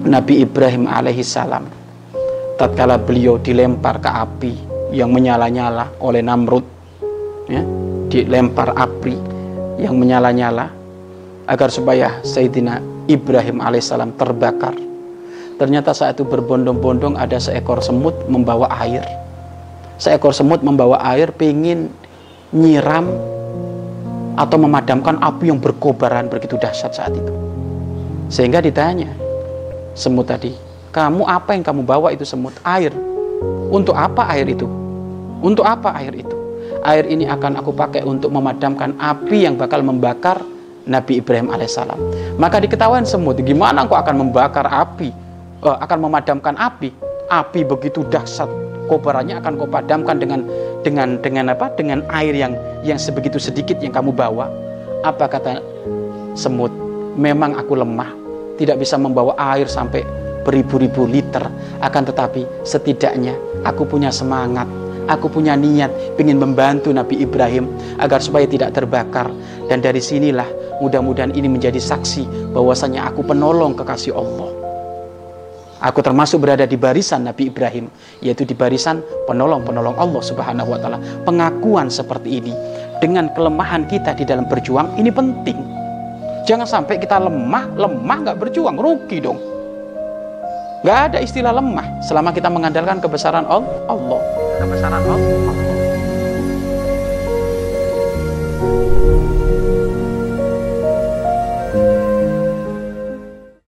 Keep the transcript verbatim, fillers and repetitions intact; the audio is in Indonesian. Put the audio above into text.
Nabi Ibrahim alaihissalam tatkala beliau dilempar ke api yang menyala-nyala oleh Namrud, ya, dilempar api yang menyala-nyala agar supaya Sayyidina Ibrahim alaihissalam terbakar. Ternyata saat itu berbondong-bondong ada seekor semut membawa air. Seekor semut membawa air pengen nyiram atau memadamkan api yang berkobaran begitu dahsyat saat itu. Sehingga ditanya semut tadi, kamu apa yang kamu bawa itu semut? Air. Untuk apa air itu? Untuk apa air itu? Air ini akan aku pakai untuk memadamkan api yang bakal membakar Nabi Ibrahim alaihissalam. Maka diketahui semut, gimana engkau akan membakar api, uh, akan memadamkan api? Api begitu dahsyat, kobarannya akan kau padamkan dengan dengan dengan apa? Dengan air yang yang sebegitu sedikit yang kamu bawa. Apa kata semut? Memang aku lemah, tidak bisa membawa air sampai beribu-ribu liter. Akan tetapi setidaknya aku punya semangat, aku punya niat ingin membantu Nabi Ibrahim agar supaya tidak terbakar. Dan dari sinilah mudah-mudahan ini menjadi saksi bahwasanya aku penolong kekasih Allah. Aku termasuk berada di barisan Nabi Ibrahim, yaitu di barisan penolong-penolong Allah Subhanahu wa taala. Pengakuan seperti ini dengan kelemahan kita di dalam berjuang ini penting. Jangan sampai kita lemah, lemah nggak berjuang, rugi dong. Nggak ada istilah lemah selama kita mengandalkan kebesaran Allah. Kebesaran Allah.